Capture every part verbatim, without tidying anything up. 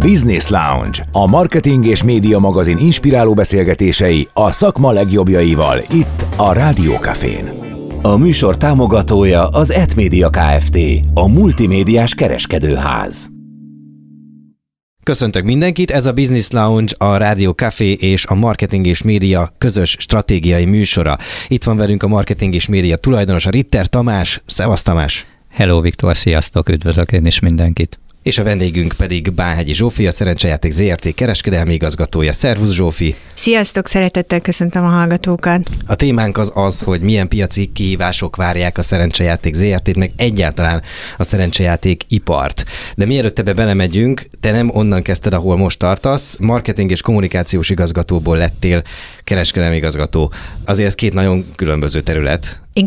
Business Lounge, a marketing és média magazin inspiráló beszélgetései a szakma legjobbjaival itt a Rádió Cafén. A műsor támogatója az Etmedia Kft., a multimédiás kereskedőház. Köszöntök mindenkit, ez a Business Lounge, a Rádió Café és a Marketing és Média közös stratégiai műsora. Itt van velünk a Marketing és Média tulajdonosa, Ritter Tamás. Szevasz, Tamás! Hello, Viktor, sziasztok, üdvözlök én is mindenkit! És a vendégünk pedig Bánhegyi Zsófi, a Szerencsejáték zé er té kereskedelmi igazgatója. Szervusz, Zsófi! Sziasztok, szeretettel köszöntöm a hallgatókat! A témánk az az, hogy milyen piaci kihívások várják a Szerencsejáték zé er té-t, meg egyáltalán a szerencsejáték ipart. De mielőtt ebbe belemegyünk, te nem onnan kezdted, ahol most tartasz, marketing és kommunikációs igazgatóból lettél kereskedelmi igazgató. Azért ez két nagyon különböző terület. Én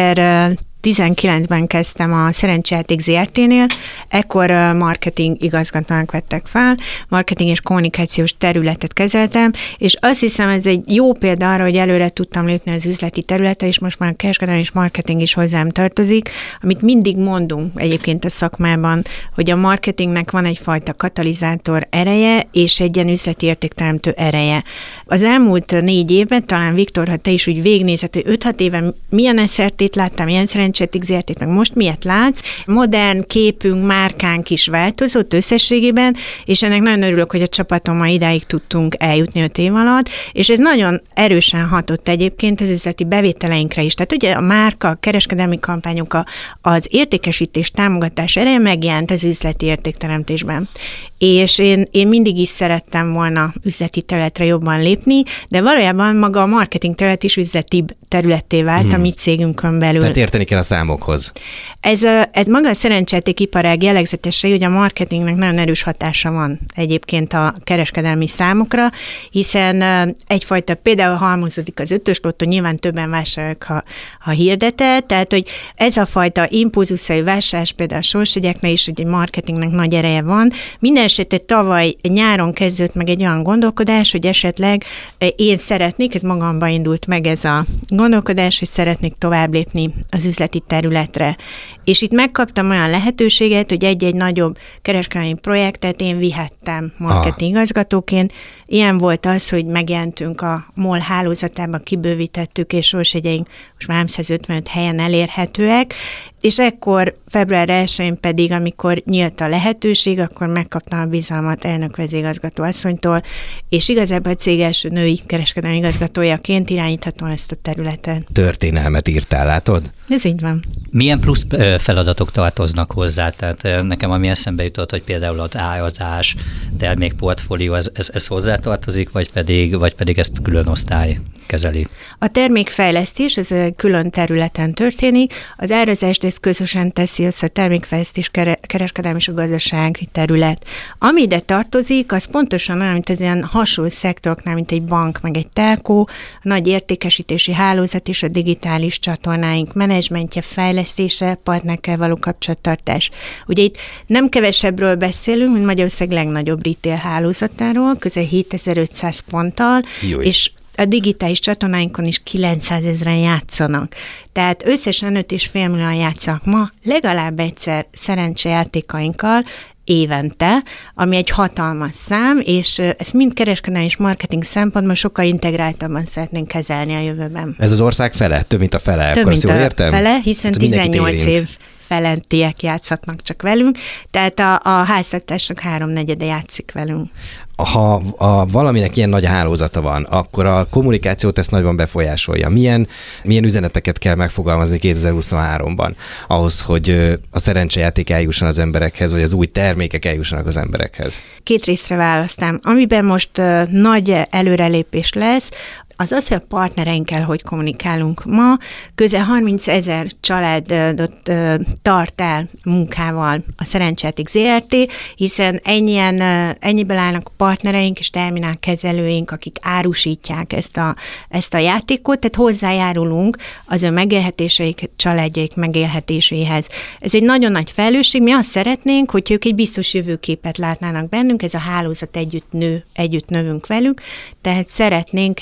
kétezer-tizenkilencben kezdtem a Szerencsejáték zé er té-nél, ekkor marketing igazgatónak vettek fel, marketing és kommunikációs területet kezeltem, és azt hiszem, ez egy jó példa arra, hogy előre tudtam lépni az üzleti területre, és most már a kereskedelmi és marketing is hozzám tartozik, amit mindig mondunk egyébként a szakmában, hogy a marketingnek van egyfajta katalizátor ereje, és egy ilyen üzleti értékteremtő ereje. Az elmúlt négy évben, talán Viktor, ha te is úgy végignézed, hogy öt-hat éven milyen es er té-t láttam, milyen Szerencsejáték zé er té-t, meg most miért látsz? Modern képünk, márkánk is változott összességében, és ennek nagyon örülök, hogy a csapatommal idáig tudtunk eljutni öt év alatt, és ez nagyon erősen hatott egyébként az üzleti bevételeinkre is. Tehát ugye a márka, a kereskedelmi kampányok, a, az értékesítés támogatás ereje megjelent az üzleti értékteremtésben. És én, én mindig is szerettem volna üzleti területre jobban lépni, de valójában maga a marketing terület is üzletibb területté vált, hmm. a mi cégünkön belül. Tehát érteni kell a számokhoz. Ez, ez maga a szerencsejáték iparág jellegzetesség, hogy a marketingnek nagyon erős hatása van egyébként a kereskedelmi számokra, hiszen egyfajta, például halmozódik az ötös lottó, nyilván többen vásárolják, ha, ha hirdetet, tehát hogy ez a fajta impulzuszai vásárlás, például a sorsjegyeknél is, hogy a marketingnek nagy ereje van. Minden esetre tavaly nyáron kezdődött meg egy olyan gondolkodás, hogy esetleg én szeretnék, ez magamban indult meg ez a gondolkodás, hogy szeretnék tovább lépni az üzleti területre. És itt megkaptam olyan lehetőséget, hogy egy-egy nagyobb kereskedelmi projektet én vihettem marketing igazgatóként. Ilyen volt az, hogy megjelentünk a MOL hálózatába, kibővítettük, és sorsjegyeink most már háromszázötvenöt helyen elérhetőek, és ekkor február elsején pedig, amikor nyílt a lehetőség, akkor megkaptam a bizalmat elnök vezérigazgató asszonytól, és igazából a cég első női kereskedelmi igazgatójaként irányíthatom ezt a területet. Történelmet írtál, látod? Ez így van. Milyen plusz feladatok tartoznak hozzá? Tehát nekem ami eszembe jutott, hogy például az árazás, termékportfólió, ez, ez, ez hozzátartozik, vagy pedig, vagy pedig ezt külön osztály kezeli? A termékfejlesztés, ez külön területen történik, az árazást ez közösen teszi össze a termékfejlesztés, kereskedelmi és a gazdasági terület. Ami ide tartozik, az pontosan olyan, mint az ilyen hasonló szektoroknál, mint egy bank, meg egy telkó, a nagy értékesítési hálózat és a digitális csatornáink menedzsmentje, fejlesztése, partnerekkel való kapcsolattartás. Ugye itt nem kevesebbről beszélünk, mint Magyarország legnagyobb retail hálózatáról, közel hétezer-ötszáz ponttal, Jó. és a digitális csatornáinkon is kilencszázezren játszanak. Tehát összesen öt és fél millióan játszanak ma, legalább egyszer szerencsejátékainkkal évente, ami egy hatalmas szám, és ezt mind kereskedelmi és marketing szempontból sokkal integráltabban szeretnénk kezelni a jövőben. Ez az ország fele? Több, mint a fele? Több, akkor mint jól a értem? fele, hiszen hát, tizennyolc év felentiek játszhatnak csak velünk, tehát a, a háztartások háromnegyede játszik velünk. Ha a, valaminek ilyen nagy hálózata van, akkor a kommunikációt ezt nagyban befolyásolja. Milyen, milyen üzeneteket kell megfogalmazni kétezer-huszonháromban ahhoz, hogy a szerencsejáték eljusson az emberekhez, vagy az új termékek eljussanak az emberekhez? Két részre választám. Amiben most uh, nagy előrelépés lesz, az az, hogy a partnereinkkel hogy kommunikálunk. Ma közel harmincezer családot uh, tart el munkával a Szerencsejáték zé er té, hiszen ennyien, uh, ennyiből állnak a partnereink és terminálkezelőink, akik árusítják ezt a, ezt a játékot, tehát hozzájárulunk az ő megélhetéseik, családjaik megélhetéséhez. Ez egy nagyon nagy felelősség. Mi azt szeretnénk, hogy ők egy biztos jövőképet látnának bennünk, ez a hálózat együtt nő, együtt növünk velük, tehát szeretnénk egy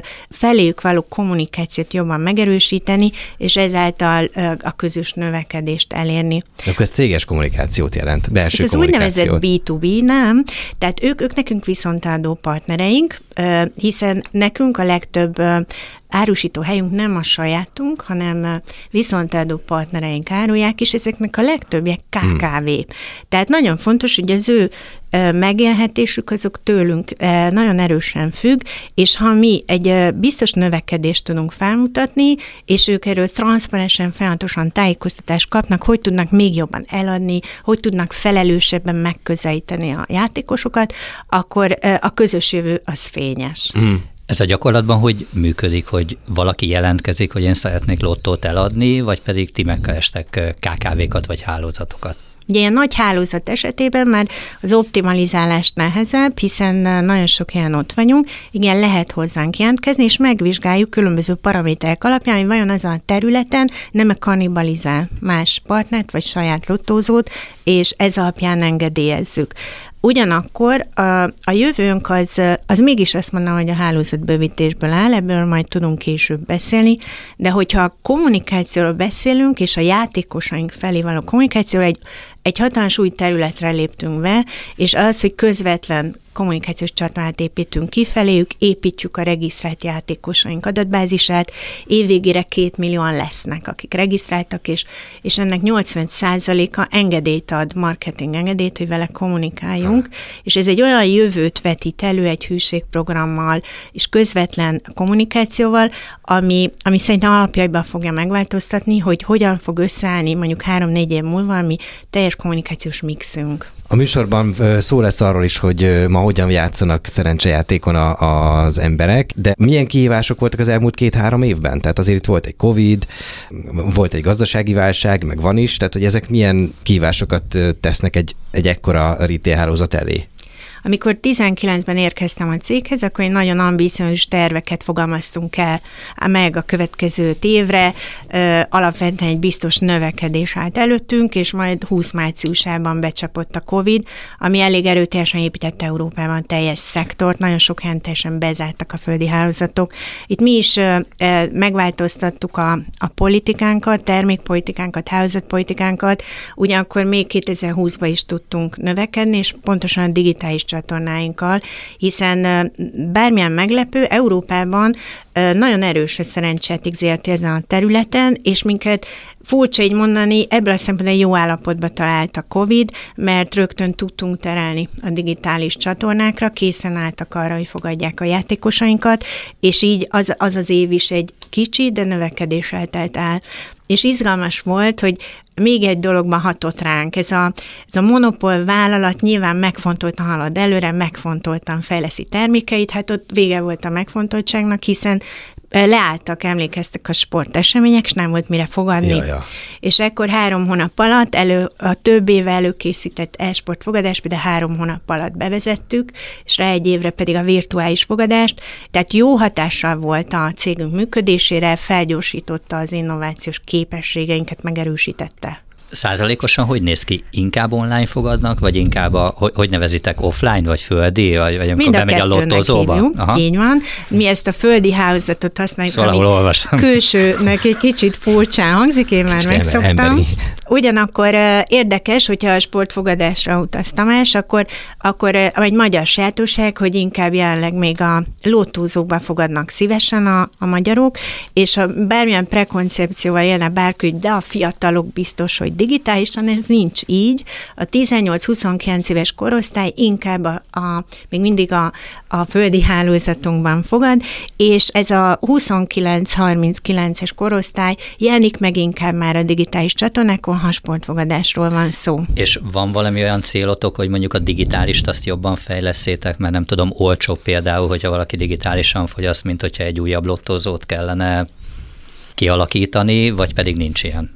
feléjük való kommunikációt jobban megerősíteni, és ezáltal a közös növekedést elérni. Akkor ez céges kommunikációt jelent, belső ez kommunikációt. Ez úgynevezett bé kettő bé, nem? Tehát ők, ők nekünk viszontadó partnereink, hiszen nekünk a legtöbb árusító helyünk nem a sajátunk, hanem viszontadó partnereink árulják, és ezeknek a legtöbbje ká ká vé. Hmm. Tehát nagyon fontos, hogy az ő megélhetésük azok tőlünk nagyon erősen függ, és ha mi egy biztos növekedést tudunk felmutatni, és ők erről transzparensen, folyamatosan tájékoztatást kapnak, hogy tudnak még jobban eladni, hogy tudnak felelősebben megközelíteni a játékosokat, akkor a közös jövő az fényes. Hmm. Ez a gyakorlatban hogy működik, hogy valaki jelentkezik, hogy én szeretnék lottót eladni, vagy pedig ti megkerestek ká ká vékat vagy hálózatokat? Ugye ilyen nagy hálózat esetében már az optimalizálás nehezebb, hiszen nagyon sok helyen ott vagyunk, igen, lehet hozzánk jelentkezni, és megvizsgáljuk különböző paraméterek alapján, hogy vajon azon a területen nem kannibalizál más partnert, vagy saját lottózót, és ez alapján engedélyezzük. Ugyanakkor a, a jövőnk az, az mégis azt mondanám, hogy a hálózatbővítésből áll, ebből majd tudunk később beszélni, de hogyha a kommunikációról beszélünk, és a játékosaink felé való kommunikációról, egy, egy hatalmas új területre léptünk be, és az, hogy közvetlen kommunikációs csatornát építünk kifeléjük, építjük a regisztrált játékosaink adatbázisát, évvégére két millióan lesznek, akik regisztráltak, és, és ennek nyolcvan százaléka engedélyt ad, marketing engedélyt, hogy vele kommunikáljunk, és ez egy olyan jövőt vetít elő egy hűségprogrammal, és közvetlen kommunikációval, ami, ami szerintem alapjaiban fogja megváltoztatni, hogy hogyan fog összeállni mondjuk három-négy év múlva, ami teljes kommunikációs mixünk. A műsorban szó lesz arról is, hogy ma hogyan játszanak szerencsejátékon a, az emberek, de milyen kihívások voltak az elmúlt két-három évben? Tehát azért itt volt egy Covid, volt egy gazdasági válság, meg van is, tehát hogy ezek milyen kihívásokat tesznek egy, egy ekkora retail hálózat elé? Amikor tizenkilencben érkeztem a céghez, akkor egy nagyon ambiciózus terveket fogalmaztunk el meg a következő évre, alapvetően egy biztos növekedés állt előttünk, és majd húsz márciusában becsapott a Covid, ami elég erőteljesen építette Európában a teljes szektort, nagyon sok helyen teljesen bezártak a földi hálózatok. Itt mi is megváltoztattuk a, a politikánkat, termékpolitikánkat, hálózatpolitikánkat, ugyanakkor még kétezer-húszban is tudtunk növekedni, és pontosan a digitális csatornáinkkal, hiszen bármilyen meglepő, Európában nagyon erős a szerencsejáték zé er té ezen a területen, és minket furcsa így mondani, ebből a szempontból jó állapotba talált a Covid, mert rögtön tudtunk terelni a digitális csatornákra, készen álltak arra, hogy fogadják a játékosainkat, és így az az, az év is egy kicsi, de növekedéssel telt el. És izgalmas volt, hogy még egy dologban hatott ránk. Ez a, ez a monopól vállalat nyilván megfontoltan halad előre, megfontoltan fejleszi termékeit, hát ott vége volt a megfontoltságnak, hiszen leálltak, emlékeztek a sportesemények, és nem volt mire fogadni. Ja, ja. És ekkor három hónap alatt elő, a több éve előkészített e-sport fogadást, de három hónap alatt bevezettük, és rá egy évre pedig a virtuális fogadást. Tehát jó hatással volt a cégünk működésére, felgyorsította az innovációs képességeinket, megerősítette. Százalékosan hogy néz ki? Inkább online fogadnak, vagy inkább a, hogy, hogy nevezitek, offline, vagy földi, vagy, vagy amikor bemegy a lottózóba? Így van. Mi ezt a földi hálózatot használjuk, szóval ami külsőnek egy kicsit furcsán hangzik, én már kicsit megszoktam. Emberi. Ugyanakkor uh, érdekes, hogyha a sportfogadásra utaz Tamás, akkor, akkor uh, egy magyar sajátosság, hogy inkább jelenleg még a lottózókban fogadnak szívesen a, a magyarok, és a bármilyen prekoncepcióval jelen bárki, de a fiatalok biztos, hogy digitálisan ez nincs így. A tizennyolc-huszonkilenc éves korosztály inkább a, a, még mindig a, a földi hálózatunkban fogad, és ez a huszonkilenc-harminckilences korosztály jelenik meg inkább már a digitális csatornákon, ha sportfogadásról van szó. És van valami olyan célotok, hogy mondjuk a digitálist azt jobban fejleszétek, mert nem tudom, olcsóbb például, hogyha valaki digitálisan fogyaszt, mint hogyha egy újabb lottózót kellene kialakítani, vagy pedig nincs ilyen?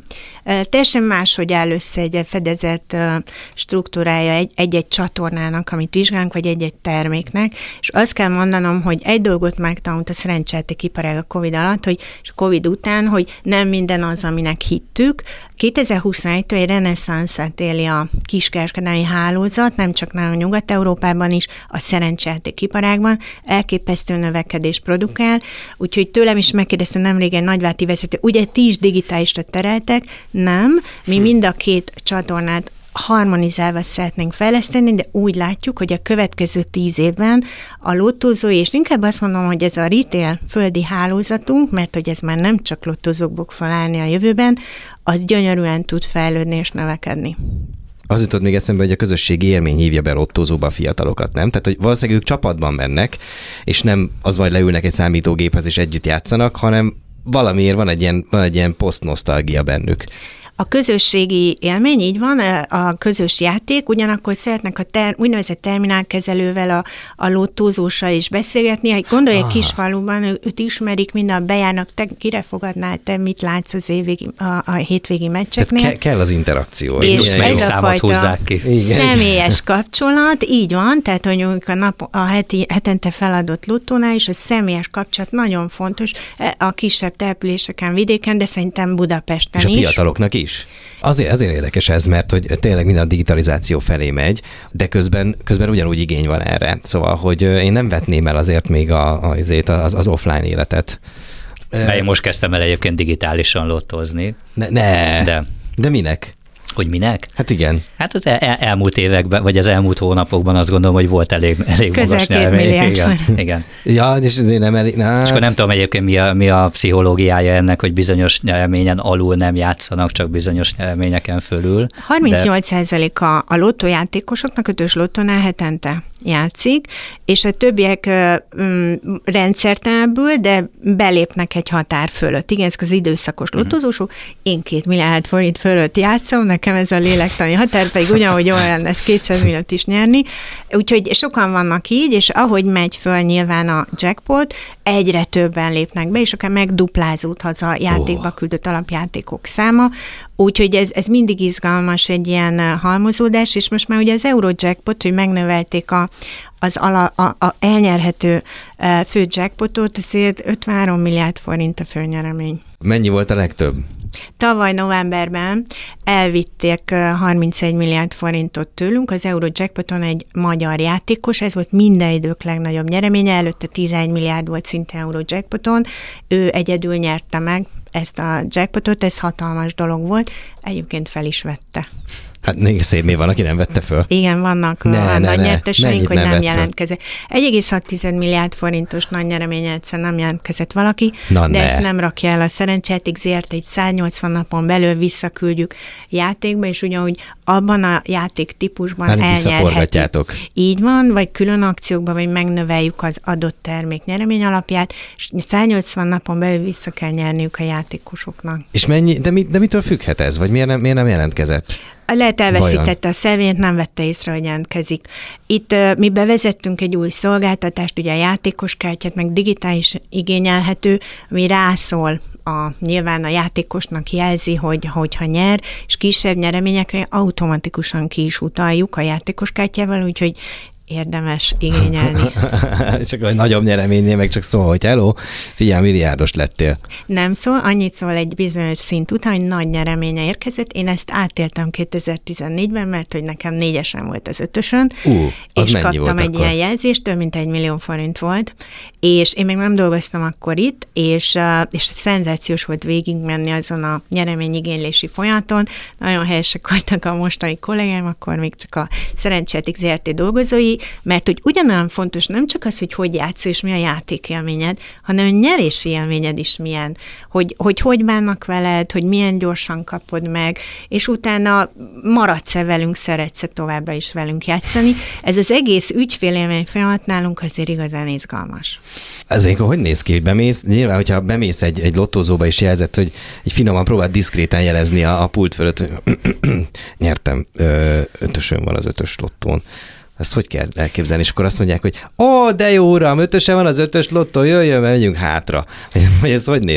Teljesen máshogy áll össze egy fedezett struktúrája egy- egy-egy csatornának, amit vizsgálunk, vagy egy-egy terméknek, és azt kell mondanom, hogy egy dolgot megtanult a szerencsejáték iparág a Covid alatt, hogy, és a Covid után, hogy nem minden az, aminek hittük. kétezer-huszonegytől egy reneszánszát éli a kiskereskedelmi hálózat, nem csak nálunk Nyugat-Európában is, a szerencsejáték iparágban elképesztő növekedést produkál, úgyhogy tőlem is megkérdezte nemrég egy nagyváti vezető, ugye ti is digitálisra tereltek? Nem, mi mind a két csatornát harmonizálva szeretnénk fejleszteni, de úgy látjuk, hogy a következő tíz évben a lottózói, és inkább azt mondom, hogy ez a retail földi hálózatunk, mert hogy ez már nem csak lottózókból fog felállni a jövőben, az gyönyörűen tud fejlődni és növekedni. Az jutott még eszembe, hogy a közösségi élmény hívja be lottózóba a fiatalokat, nem? Tehát, hogy valószínűleg ők csapatban mennek, és nem az vagy leülnek egy számítógéphez és együtt játszanak, hanem valamiért van egy ilyen, van egy ilyen posztnosztalgia bennük. A közösségi élmény, így van, a közös játék, ugyanakkor szeretnek a ter, úgynevezett terminálkezelővel, a, a lottózóssal is beszélgetni. Gondolj egy kis faluban, ő, őt ismerik, minden bejárnak, te kire fogadnál, te mit látsz az évvégi, a, a hétvégi meccseknél. Tehát ke- kell az interakció. És ez a fajta húzzák ki. személyes kapcsolat, így van, tehát hogy a, nap, a heti, hetente feladott lottónál is a személyes kapcsolat nagyon fontos a kisebb településeken, vidéken, de szerintem Budapesten is. És a fiataloknak is. Azért, azért érdekes ez, mert hogy tényleg minden a digitalizáció felé megy, de közben, közben ugyanúgy igény van erre. Szóval, hogy én nem vetném el azért még a, a, az, az offline életet. De én most kezdtem el egyébként digitálisan lottózni. Ne, ne. De. De minek? Hogy minek? Hát igen. Hát az el, el, elmúlt években, vagy az elmúlt hónapokban azt gondolom, hogy volt elég, elég magas nyelvény. Igen, igen. Ja, és azért nem elég. Na, és akkor nem tudom egyébként mi a, mi a pszichológiája ennek, hogy bizonyos nyelvényen alul nem játszanak, csak bizonyos nyelvényeken fölül. harmincnyolc százalék a, a lottójátékosoknak ötös lottónál hetente játszik, és a többiek um, rendszertelenből, de belépnek egy határ fölött. Igen, ezek az időszakos lottózósok, én két milliárd forint fölött játszom, nekem ez a lélektani határ, pedig ugyanúgy olyan lesz kétszáz milliót is nyerni. Úgyhogy sokan vannak így, és ahogy megy föl nyilván a jackpot, egyre többen lépnek be, és akár megduplázódhat a játékba küldött alapjátékok száma, úgyhogy ez, ez mindig izgalmas egy ilyen halmozódás, és most már ugye az Eurojackpot, hogy megnövelték a, az ala, a, a elnyerhető fő jackpotot, ezért ötvenhárom milliárd forint a főnyeremény. Mennyi volt a legtöbb? Tavaly novemberben elvitték harmincegy milliárd forintot tőlünk, az Eurojackpoton egy magyar játékos, ez volt minden idők legnagyobb nyereménye, előtte tizenegy milliárd volt szinte Eurojackpoton, ő egyedül nyerte meg ezt a jackpotot, ez hatalmas dolog volt, egyébként fel is vette. Hát még szép még van, aki nem vette föl. Igen, vannak ne, a ne, nagy ne. nyerteseink, hogy nem, nem jelentkezett. Föl. egy egész hat milliárd forintos nagy nyereménye egyszer nem jelentkezett valaki, Na, de ne. ezt nem rakja el a szerencsejáték zé er té, egy száznyolcvan napon belül visszaküldjük játékba, és ugyanúgy abban a játék típusban elnyerhetjük. Így van, vagy külön akciókban, vagy megnöveljük az adott termék nyeremény alapját, és száznyolcvan napon belül vissza kell nyerniük a játékosoknak. És mennyi, de, mi, de mitől függhet ez? Vagy miért nem, miért nem jelentkezett? Lehet elveszítette a szelvényt, nem vette észre, hogy jelentkezik. Itt uh, mi bevezettünk egy új szolgáltatást, ugye a játékoskártyát, meg digitális igényelhető, ami rászól a, nyilván a játékosnak jelzi, hogy hogyha nyer, és kisebb nyereményekre automatikusan ki is utaljuk a játékoskártyával, úgyhogy érdemes igényelni. Csak a nagyobb nyereménynél meg csak szól, hogy hello, figyelj, milliárdos lettél. Nem szól, annyit szól egy bizonyos szint után, hogy nagy nyereménye érkezett. Én ezt átéltem kétezer-tizennégyben, mert hogy nekem négyesen volt az ötösön, uh, az és kaptam volt egy akkor? ilyen jelzést, több mint egy millió forint volt, és én még nem dolgoztam akkor itt, és, és szenzációs volt végigmenni azon a nyereményigénylési folyamaton. Nagyon helyesek voltak a mostani kollégám, akkor még csak a Szerencsejáték zé er té dolgozói, mert hogy ugyanolyan fontos nem csak az, hogy hogy játsz és mi a játékélményed, hanem a nyerési élményed is milyen, hogy, hogy hogy bánnak veled, hogy milyen gyorsan kapod meg, és utána maradsz-e velünk, szeretsz-e továbbra is velünk játszani. Ez az egész ügyfélélmény folyamat nálunk azért igazán izgalmas. Ezért hogy néz ki, hogy bemész? Nyilván, hogyha bemész egy, egy lottózóba és jelzett, hogy egy finoman próbáld diszkréten jelezni a, a pult fölött, hogy nyertem, ö, ötösön van az ötös lottón. Ezt hogy kell elképzelni? És akkor azt mondják, hogy ó, de jó uram, ötöse van az ötös lottó, jöjjön, megyünk hátra. Vagy ez hogy néz ki?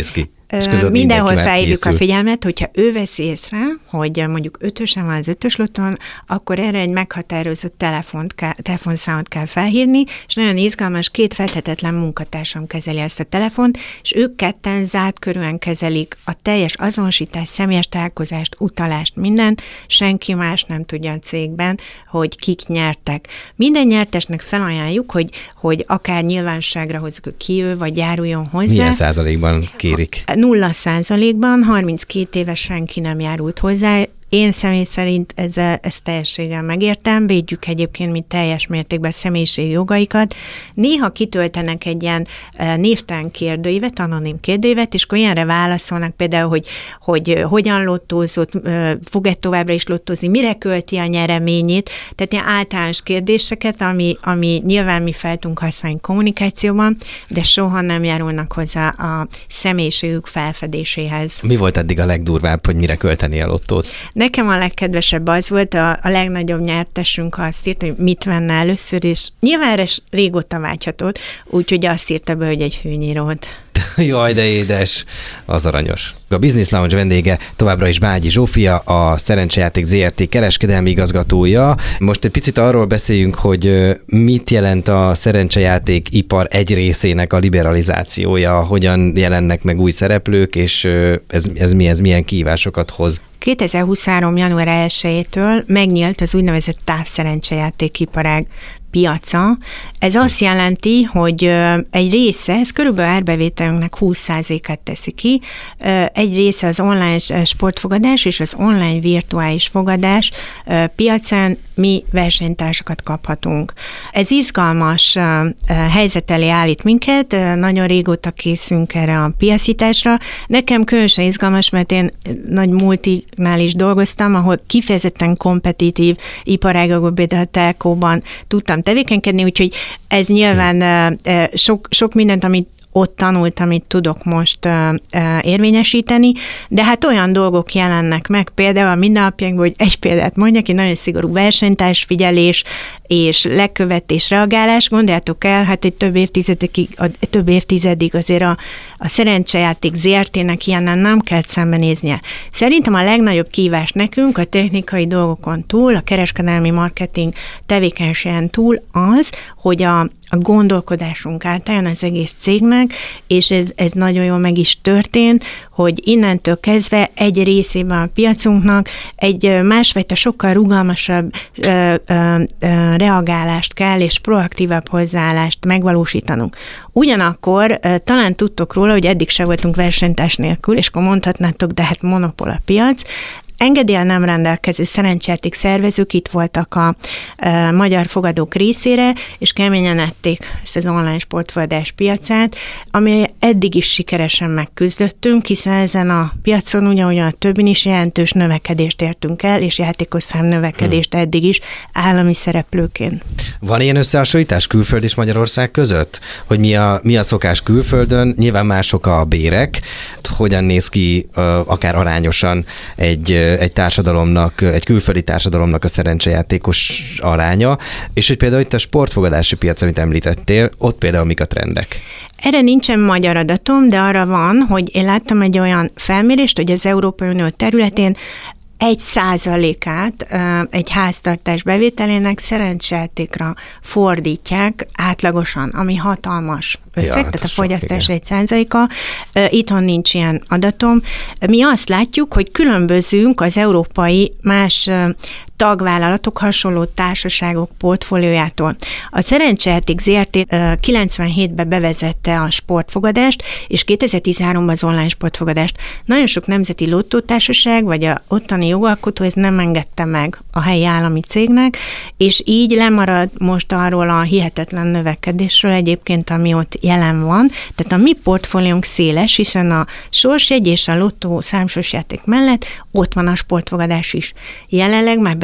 mindenhol felhívjuk a figyelmet, hogyha ő veszi észre, hogy mondjuk ötösen van az ötös loton, akkor erre egy meghatározott telefont kell, telefonszámot kell felhívni, és nagyon izgalmas, két feltetetlen munkatársam kezeli ezt a telefont, és ők ketten zárt körülön kezelik a teljes azonosítást, személyes találkozást, utalást, mindent, senki más nem tudja a cégben, hogy kik nyertek. Minden nyertesnek felajánljuk, hogy, hogy akár nyilvánosságra hozzuk, hogy ki ő, vagy járuljon hozzá. Milyen százalékban kérik? Nulla százalékban, harminckét éves senki nem járult hozzá. Én személy szerint ezzel, ezt teljességgel megértem, védjük egyébként mi teljes mértékben személyiségi jogaikat. Néha kitöltenek egy ilyen névtelen kérdőívet, anonim kérdőívet, és akkor ilyenre válaszolnak például, hogy, hogy hogyan lottózott, fog-e továbbra is lottózni, mire költi a nyereményét, tehát ilyen általános kérdéseket, ami, ami nyilván mi fel tudunk használni kommunikációban, de soha nem járulnak hozzá a személyiségük felfedéséhez. Mi volt eddig a legdurvább, hogy mire költeni a lottót? Nekem a legkedvesebb az volt, a, a legnagyobb nyertesünk azt írt, hogy mit venne először, és nyilván erre régóta vágyhatott, úgyhogy azt írta be, hogy egy fűnyírót. Jaj, de édes, az aranyos. A Business Lounge vendége továbbra is Bágyi Zsófia, a Szerencsejáték zé er té kereskedelmi igazgatója. Most egy picit arról beszéljünk, hogy mit jelent a szerencsejáték ipar egy részének a liberalizációja, hogyan jelennek meg új szereplők, és ez, ez, mi, ez milyen kihívásokat hoz. kétezer-huszonhárom. január elsejétől megnyílt az úgynevezett távszerencsejáték iparág piaca. Ez azt jelenti, hogy egy része, ez körülbelül árbevételünknek húsz százalékát teszi ki, egy része az online sportfogadás és az online virtuális fogadás piacán mi versenytársakat kaphatunk. Ez izgalmas helyzet elé állít minket, nagyon régóta készünk erre a piacításra. Nekem különösen izgalmas, mert én nagy multinál is dolgoztam, ahol kifejezetten kompetitív iparágakban, például a telkóban tudtam tevékenykedni, úgyhogy ez nyilván sok, sok mindent, amit ott tanult, amit tudok most uh, uh, érvényesíteni, de hát olyan dolgok jelennek meg, például a mindennapjainkban, hogy egy példát mondjak, egy nagyon szigorú versenytársfigyelés és lekövetés, reagálás, gondoljátok el, hát egy több évtizedig, több évtizedig azért a, a Szerencsejáték zé er té-nek ilyennel nem kell szembenéznie. Szerintem a legnagyobb kihívás nekünk a technikai dolgokon túl, a kereskedelmi marketing tevékenységen túl az, hogy a a gondolkodásunk átálljon az egész cégnek, és ez, ez nagyon jól meg is történt, hogy innentől kezdve egy részében a piacunknak egy másfajta sokkal rugalmasabb ö, ö, ö, reagálást kell, és proaktívabb hozzáállást megvalósítanunk. Ugyanakkor ö, talán tudtok róla, hogy eddig se voltunk versenytárs nélkül, és akkor mondhatnátok, de hát monopól a piac. Engedéllyel nem rendelkező szerencsejáték szervezők itt voltak a e, magyar fogadók részére, és keményen ették ezt az online sportfogadás piacát, ami eddig is sikeresen megküzdöttünk, hiszen ezen a piacon ugyanúgy a többin is jelentős növekedést értünk el, és játékos szám növekedést hmm. eddig is állami szereplőként. Van ilyen összehasonlítás külföld és Magyarország között? Hogy mi a, mi a szokás külföldön? Nyilván mások a bérek. Hogyan néz ki akár arányosan egy egy társadalomnak, egy külföldi társadalomnak a szerencsejátékos aránya, és hogy például itt a sportfogadási piac, amit említettél, ott például mik a trendek? Erre nincsen magyar adatom, de arra van, hogy én láttam egy olyan felmérést, hogy az Európai Unió területén egy százalékát egy háztartás bevételének szerencsejátékra fordítják átlagosan, ami hatalmas összeg, ja, tehát a fogyasztás egy százaléka. Itthon nincs ilyen adatom. Mi azt látjuk, hogy különbözünk az európai más tagvállalatok, hasonló társaságok portfóliójától. A Szerencsejáték zé er té kilencvenhétben bevezette a sportfogadást, és kétezer-tizenháromban az online sportfogadást. Nagyon sok nemzeti lottótársaság, vagy a ottani jogalkotó ez nem engedte meg a helyi állami cégnek, és így lemarad most arról a hihetetlen növekedésről egyébként, ami ott jelen van. Tehát a mi portfóliónk széles, hiszen a sorsjegy és a lottó számsoros játék mellett ott van a sportfogadás is. Jelenleg már be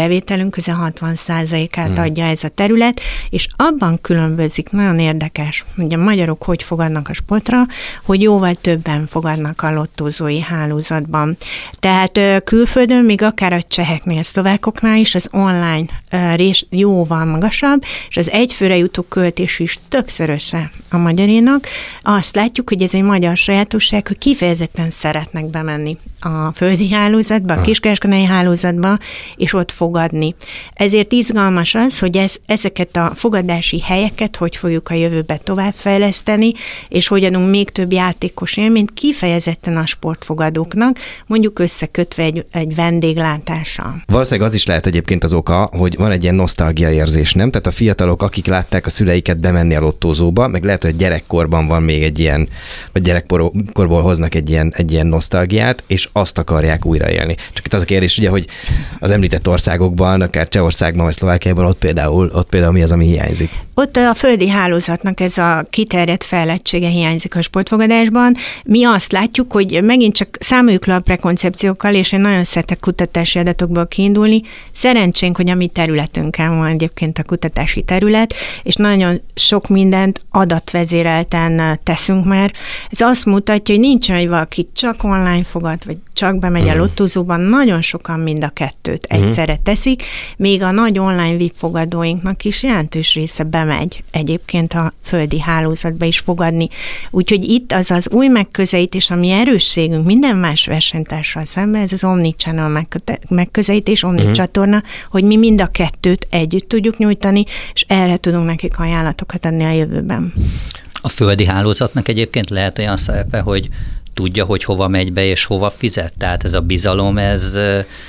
bevételünk közel hatvan százalékát adja ez a terület, és abban különbözik, nagyon érdekes, hogy a magyarok hogy fogadnak a sportra, hogy jóval többen fogadnak a lottózói hálózatban. Tehát külföldön, még akár a cseheknél, szlovákoknál is az online rés jóval magasabb, és az egyfőre jutó költés is többszöröse a magyarénak. Azt látjuk, hogy ez egy magyar sajátosság, hogy kifejezetten szeretnek bemenni a földi hálózatba, a kiskereskedelmi hálózatba, és ott fogadni. Ezért izgalmas az, hogy ez, ezeket a fogadási helyeket hogy fogjuk a jövőbe továbbfejleszteni, és hogy adunk még több játékos élményt kifejezetten a sportfogadóknak, mondjuk összekötve egy, egy vendéglátással. Valószínűleg az is lehet egyébként az oka, hogy van egy ilyen nosztalgia érzés, nem? Tehát a fiatalok, akik látták a szüleiket bemenni a lottózóba, meg lehet, hogy gyerekkorban van még egy ilyen, vagy gyerekkorból hoznak egy ilyen, egy ilyen nosztalgiát, és azt akarják újraélni. Csak itt az a kérdés, ugye, hogy az említett országokban, akár Csehországban vagy Szlovákiában, ott például, ott például mi az, ami hiányzik? Ott a földi hálózatnak ez a kiterjedt fejlettsége hiányzik a sportfogadásban. Mi azt látjuk, hogy megint csak számoljuk le a prekoncepciókkal, és én nagyon szeretek kutatási adatokból kiindulni. Szerencsénk, hogy a mi területünkön van egyébként a kutatási terület, és nagyon sok mindent adatvezérelten teszünk már. Ez azt mutatja, hogy nincs, hogy valaki csak online fogad, vagy csak bemegy a lottózóban, nagyon sokan mind a kettőt egyszerre teszik, még a nagy online vé i pé fogadóinknak is jelentős része bemegy egyébként a földi hálózatba is fogadni. Úgyhogy itt az az új megközelítés, ami erősségünk minden más versenytársal szemben, ez az omnichannel megközelítés, omnicsatorna, hogy mi mind a kettőt együtt tudjuk nyújtani, és erre tudunk nekik ajánlatokat adni a jövőben. A földi hálózatnak egyébként lehet olyan szerepe, hogy tudja, hogy hova megy be és hova fizet. Tehát ez a bizalom, ez,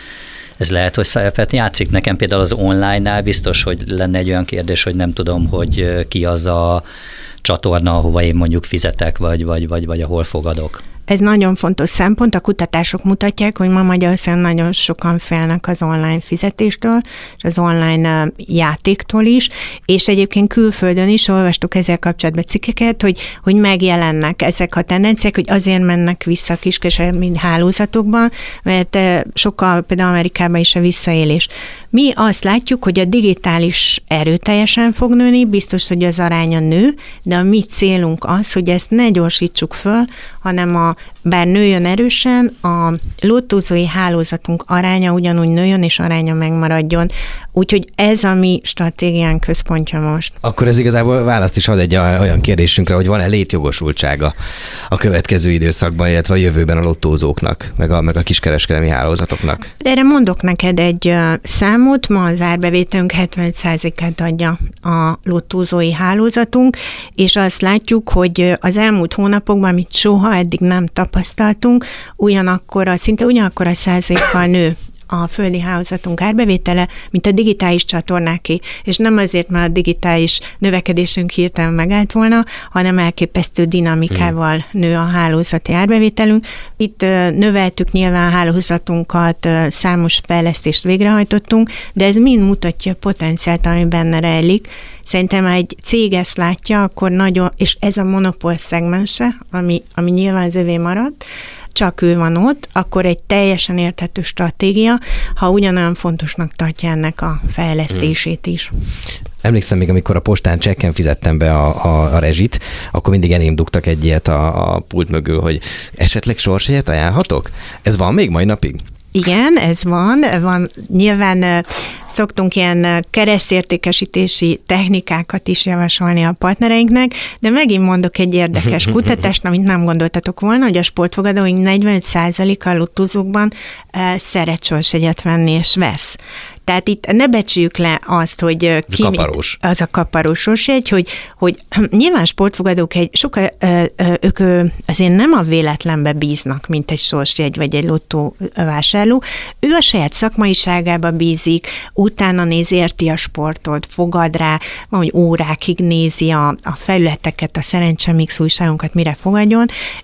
ez lehet, hogy szerepet játszik. Nekem például az online-nál biztos, hogy lenne egy olyan kérdés, hogy nem tudom, hogy ki az a csatorna, ahova én mondjuk fizetek, vagy, vagy, vagy, vagy ahol fogadok. Ez nagyon fontos szempont, a kutatások mutatják, hogy ma Magyarországon nagyon sokan félnek az online fizetéstől, és az online játéktól is, és egyébként külföldön is olvastuk ezzel kapcsolatban cikkeket, hogy, hogy megjelennek ezek a tendenciák, hogy azért mennek vissza a kiskereskedelmi hálózatokban, mert sokkal például Amerikában is a visszaélés. Mi azt látjuk, hogy a digitális erőteljesen fog nőni, biztos, hogy az aránya nő, de a mi célunk az, hogy ezt ne gyorsítsuk föl, hanem a bár nőjön erősen, a lottózói hálózatunk aránya ugyanúgy nőjön, és aránya megmaradjon. Úgyhogy ez a mi stratégiánk központja most. Akkor ez igazából választ is ad egy olyan kérdésünkre, hogy van-e létjogosultsága a következő időszakban, illetve a jövőben a lottózóknak, meg a, meg a kiskereskedelmi hálózatoknak. De erre mondok neked egy számot, ma az árbevételünk hetvenöt százalékát adja a lottózói hálózatunk, és azt látjuk, hogy az elmúlt hónapokban, amit soha eddig nem tapasztaltunk, ugyanakkor, szinte ugyanakkor a százalékkal nő a földi hálózatunk árbevétele, mint a digitális csatornáké. És nem azért, mert a digitális növekedésünk hirtelen megállt volna, hanem elképesztő dinamikával nő a hálózati árbevételünk. Itt növeltük nyilván a hálózatunkat, számos fejlesztést végrehajtottunk, de ez mind mutatja a potenciált, ami benne rejlik. Szerintem, ha egy cég ezt látja, akkor nagyon, és ez a monopól szegmense, ami, ami nyilván az övé maradt, csak ő van ott, akkor egy teljesen érthető stratégia, ha ugyanolyan fontosnak tartja ennek a fejlesztését is. Emlékszem még, amikor a postán csekken fizettem be a, a, a rezsit, akkor mindig elém dugtak egy ilyet a, a pult mögül, hogy esetleg sorsjegyet ajánlhatok? Ez van még mai napig? Igen, ez van. van. Nyilván szoktunk ilyen keresztértékesítési technikákat is javasolni a partnereinknek, de megint mondok egy érdekes kutatást, amit nem gondoltatok volna, hogy a sportfogadóink negyvenöt százaléka a lottózókban szeret sorsjegyet venni és vesz. Tehát itt ne becsüljük le azt, hogy ki kaparós. Az a kaparós sorsjegy, hogy, hogy nyilván sportfogadók egy sokkal, ők azért nem a véletlenbe bíznak, mint egy sorsjegy vagy egy lottó vásárló. Ő a saját szakmaiságába bízik, utána néz, érti a sportot, fogad rá, van, hogy órákig nézi a, a felületeket, a Szerencsemix újságunkat, mire fogadjon,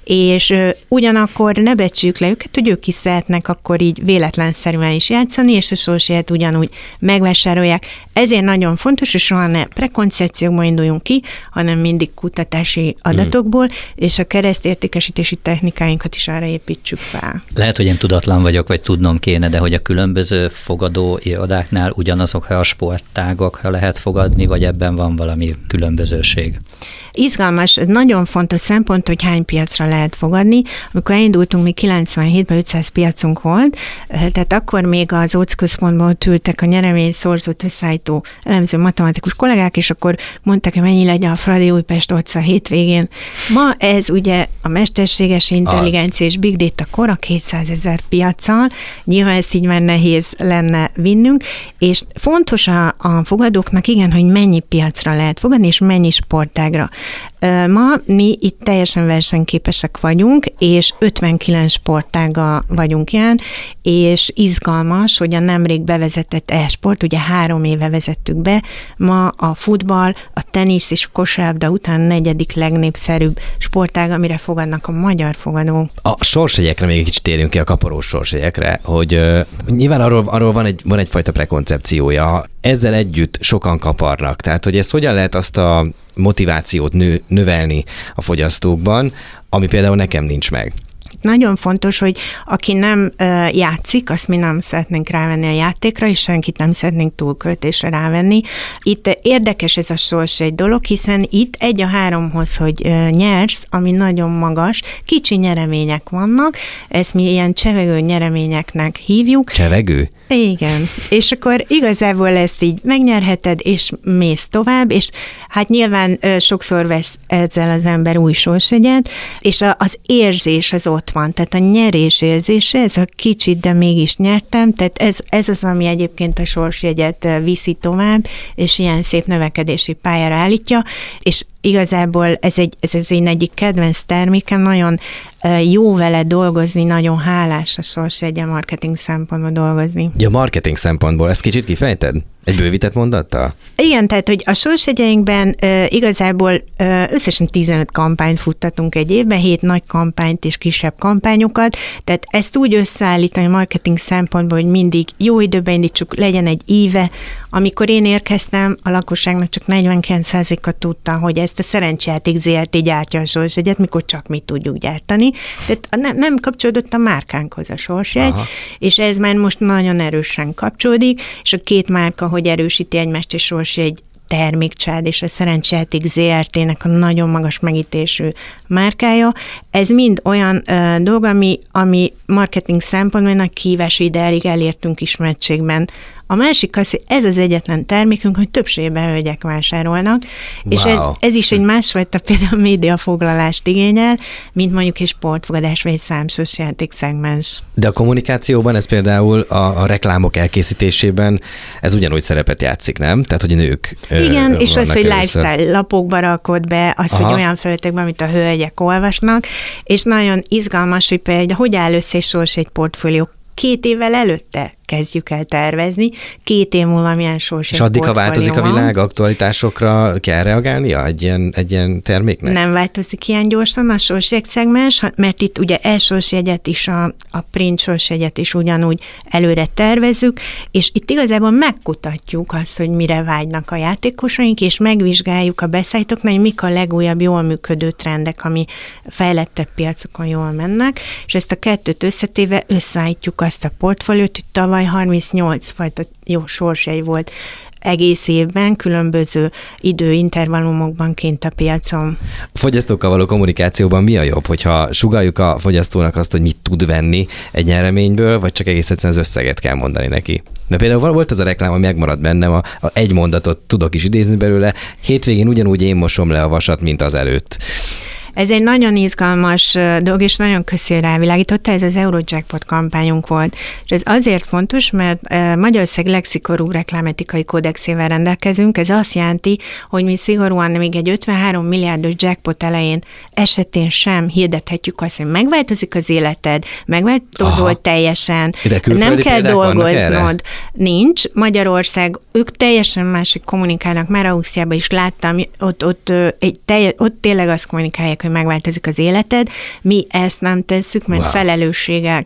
és ugyanakkor ne becsüljük le őket, hogy ők is szeretnek akkor így véletlenszerűen is játszani, és a sorsjegyet ugyan ugyanúgy megvásárolják. Ezért nagyon fontos, és soha ne prekoncepciókból induljunk ki, hanem mindig kutatási adatokból, mm. és a keresztértékesítési technikáinkat is arra építsük fel. Lehet, hogy én tudatlan vagyok, vagy tudnom kéne, de hogy a különböző fogadó irodáknál ugyanazokra a sporttágokra lehet fogadni, vagy ebben van valami különbözőség? Izgalmas, nagyon fontos szempont, hogy hány piacra lehet fogadni. Amikor elindultunk, mi kilencvenhétben ötszáz piacunk volt, tehát akkor még az ó cé központban ültek a nyereményszorzót összeállító elemző matematikus kollégák, és akkor mondták, hogy mennyi legyen a Fradi Újpest otca hétvégén. Ma ez ugye a mesterséges intelligencia és big data kor a kétszázezer piaccal, nyilván ezt így már nehéz lenne vinnünk, és fontos a, a fogadóknak, igen, hogy mennyi piacra lehet fogadni, és mennyi sportágra. Ma mi itt teljesen versenyképesek vagyunk, és ötvenkilenc sportága vagyunk ilyen, és izgalmas, hogy a nemrég bevezetett e-sport, ugye három éve vezettük be, ma a futball, a tenisz és a kosárlabda után negyedik legnépszerűbb sportág, amire fogadnak a magyar fogadók. A sorsjegyekre még egy kicsit térjünk ki, a kaparós sorsjegyekre, hogy uh, nyilván arról, arról van, egy, van egyfajta prekoncepciója. Ezzel együtt sokan kaparnak. Tehát, hogy ezt hogyan lehet azt a motivációt nő, növelni a fogyasztókban, ami például nekem nincs meg. Nagyon fontos, hogy aki nem uh, játszik, azt mi nem szeretnénk rávenni a játékra, és senkit nem szeretnénk túlköltésre rávenni. Itt érdekes ez a sors egy dolog, hiszen itt egy a háromhoz, hogy uh, nyersz, ami nagyon magas, kicsi nyeremények vannak, ezt mi ilyen csevegő nyereményeknek hívjuk. Csevegő? Igen, és akkor igazából ezt így megnyerheted, és mész tovább, és hát nyilván ö, sokszor vesz ezzel az ember új sorsjegyet, és a, az érzés az ott van, tehát a nyerés érzése, ez a kicsit, de mégis nyertem, tehát ez, ez az, ami egyébként a sorsjegyet viszi tovább, és ilyen szép növekedési pályára állítja, és igazából ez egy, ez az én egyik kedvenc termékem, nagyon jó vele dolgozni, nagyon hálás a sorsjegyen marketing szempontból dolgozni. Ja, marketing szempontból, ezt kicsit kifejted? Egy bővített mondattal? Igen, tehát, hogy a sorsjegyeinkben uh, igazából uh, összesen tizenöt kampányt futtatunk egy évben, hét nagy kampányt és kisebb kampányokat, tehát ezt úgy összeállítani marketing szempontból, hogy mindig jó időben indítsuk, legyen egy íve. Amikor én érkeztem, a lakosságnak csak negyvenkilenc százaléka tudta, hogy ezt a Szerencsejáték zé er té gyártja a sorsjegyet, mikor csak mi tudjuk gyártani. Tehát nem, nem kapcsolódott a márkánkhoz a sorsjegy, aha, és ez már most nagyon erősen kapcsolódik, és a két márka, hogy erősíti egymást, és sorsjegy termékcsalád és a Szerencsejáték zé er té-nek a nagyon magas megítésű márkája. Ez mind olyan uh, dolog, ami, ami marketing szempontból nagy kihívás, ideáig elértünk ismertségben. A másik az, hogy ez az egyetlen termékünk, hogy többségben hölgyek vásárolnak, wow, és ez, ez is egy másfajta például médiafoglalást igényel, mint mondjuk egy sportfogadás vagy egy számsos játékszegmens. De a kommunikációban ez például a, a reklámok elkészítésében ez ugyanúgy szerepet játszik, nem? Tehát, hogy nők igen, és az, hogy először lifestyle lapokba rakod be, az, aha, hogy olyan felületekben, amit a hölgyek olvasnak, és nagyon izgalmas, hogy például, hogy áll össze és sors egy portfólió. Két évvel előtte kezdjük el tervezni, két év múlva milyen sorsjegy. És addig, ha változik a világ, aktualitásokra kell reagálnia egy ilyen, egy ilyen terméknek? Nem változik ilyen gyorsan a sorsjegyszegmens, mert itt ugye e-sorsjegyet is, a, a print sorsjegyet is ugyanúgy előre tervezzük, és itt igazából megkutatjuk azt, hogy mire vágynak a játékosaink, és megvizsgáljuk a beszállítóknál, hogy mik a legújabb jól működő trendek, ami fejlettebb piacokon jól mennek, és ezt a kettőt összetéve összeállítjuk azt a portfóliót, hogy tavaly harmincnyolc fajta jó sorsjegy volt egész évben, különböző időintervallumokban kint a piacon. A fogyasztókkal való kommunikációban mi a jobb, hogyha sugalljuk a fogyasztónak azt, hogy mit tud venni egy nyereményből, vagy csak egész egyszerűen az összeget kell mondani neki? Mert például volt az a reklám, ami megmaradt bennem, a, a egy mondatot tudok is idézni belőle, hétvégén ugyanúgy én mosom le a vasat, mint az előtt. Ez egy nagyon izgalmas dolog, és nagyon köszi rávilágította, ez az Eurojackpot kampányunk volt. És ez azért fontos, mert Magyarország legszigorúbb reklámetikai kódexével rendelkezünk. Ez azt jelenti, hogy mi szigorúan még egy ötvenhárom milliárdos jackpot elején esetén sem hirdethetjük azt, hogy megváltozik az életed, megváltozol aha, teljesen, nem kell dolgoznod. Nincs. Magyarország, ők teljesen másik kommunikálnak, már Ausztriában is láttam, ott, ott, egy telje, ott tényleg azt kommunikálják, hogy megváltozik az életed. Mi ezt nem tesszük, mert wow, felelősséggel kell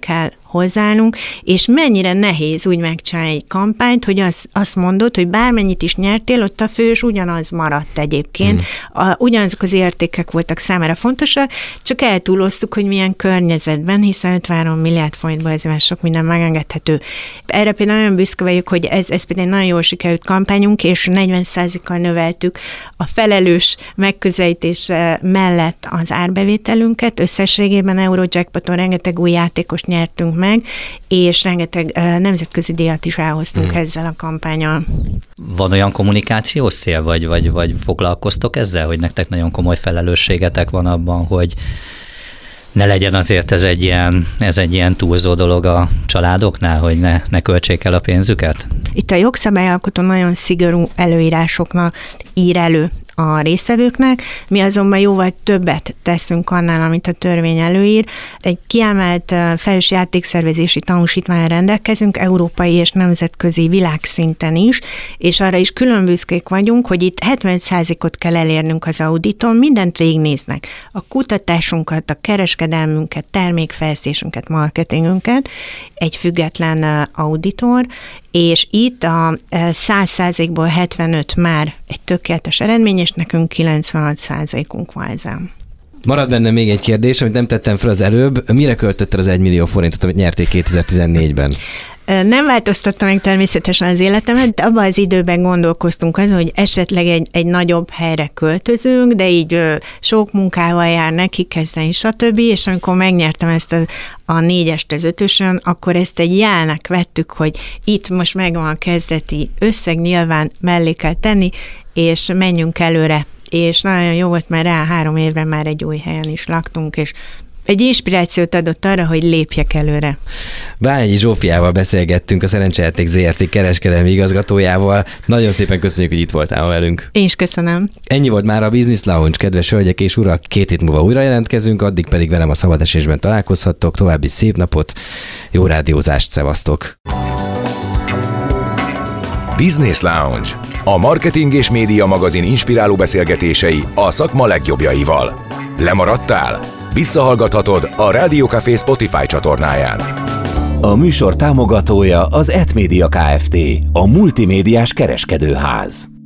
hozzáállunk, és mennyire nehéz úgy megcsinálni egy kampányt, hogy az, azt mondod, hogy bármennyit is nyertél, ott a fős ugyanaz maradt egyébként. Mm. A, ugyanazok az értékek voltak számára fontosak, csak eltúloztuk, hogy milyen környezetben, hiszen ötvenhárom milliárd forintból ezzel sok minden megengedhető. Erre például nagyon büszke vagyok, hogy ez, ez például egy nagyon jól sikerült kampányunk, és negyven százalékkal növeltük a felelős megközelítés mellett az árbevételünket. Összességében Eurojackpoton rengeteg új játékost nyertünk meg, és rengeteg uh, nemzetközi díjat is elhoztunk hmm. ezzel a kampánnyal. Van olyan kommunikációs cél, vagy, vagy, vagy foglalkoztok ezzel, hogy nektek nagyon komoly felelősségetek van abban, hogy ne legyen azért ez egy ilyen, ez egy ilyen túlzó dolog a családoknál, hogy ne, ne költsék el a pénzüket? Itt a jogszabályalkotó nagyon szigorú előírásoknak ír elő a résztvevőknek, mi azonban jóval többet teszünk annál, amit a törvény előír. Egy kiemelt felelős játékszervezési tanúsítvánnyal rendelkezünk, európai és nemzetközi világszinten is, és arra is külön büszkék vagyunk, hogy itt hetven százalékot kell elérnünk az auditon, mindent végignéznek. A kutatásunkat, a kereskedelmünket, termékfejlesztésünket, marketingünket, egy független auditor, és itt a száz százalékból hetvenöt már egy tökéletes eredmény, és nekünk kilencvenhat százalékunk van ezen. Marad benne még egy kérdés, amit nem tettem fel az előbb. Mire költötted az egy millió forintot, amit nyerték kétezer-tizennégyben? Nem változtatta meg természetesen az életemet, de abban az időben gondolkoztunk azon, hogy esetleg egy, egy nagyobb helyre költözünk, de így ö, sok munkával jár neki kezdeni, stb. És amikor megnyertem ezt a, a négyest az ötösön, akkor ezt egy jelnek vettük, hogy itt most megvan a kezdeti összeg, nyilván mellé kell tenni, és menjünk előre. És nagyon jó volt, mert rá három évre már egy új helyen is laktunk, és egy inspirációt adott arra, hogy lépjek előre. Bányi Zsófiával beszélgettünk, a Szerencsejáték zé er té kereskedelmi igazgatójával. Nagyon szépen köszönjük, hogy itt voltál velünk. Én is köszönöm. Ennyi volt már a Business Lounge, kedves hölgyek és urak. Két hét múlva újra jelentkezünk, addig pedig velem a szabadesésben találkozhattok. További szép napot, jó rádiózást, szevasztok! Business Lounge, a marketing és média magazin inspiráló beszélgetései a szakma legjobbjaival. Lemaradtál? Visszahallgathatod a Rádió Café Spotify csatornáján. A műsor támogatója az et média Kft., a multimédiás kereskedőház.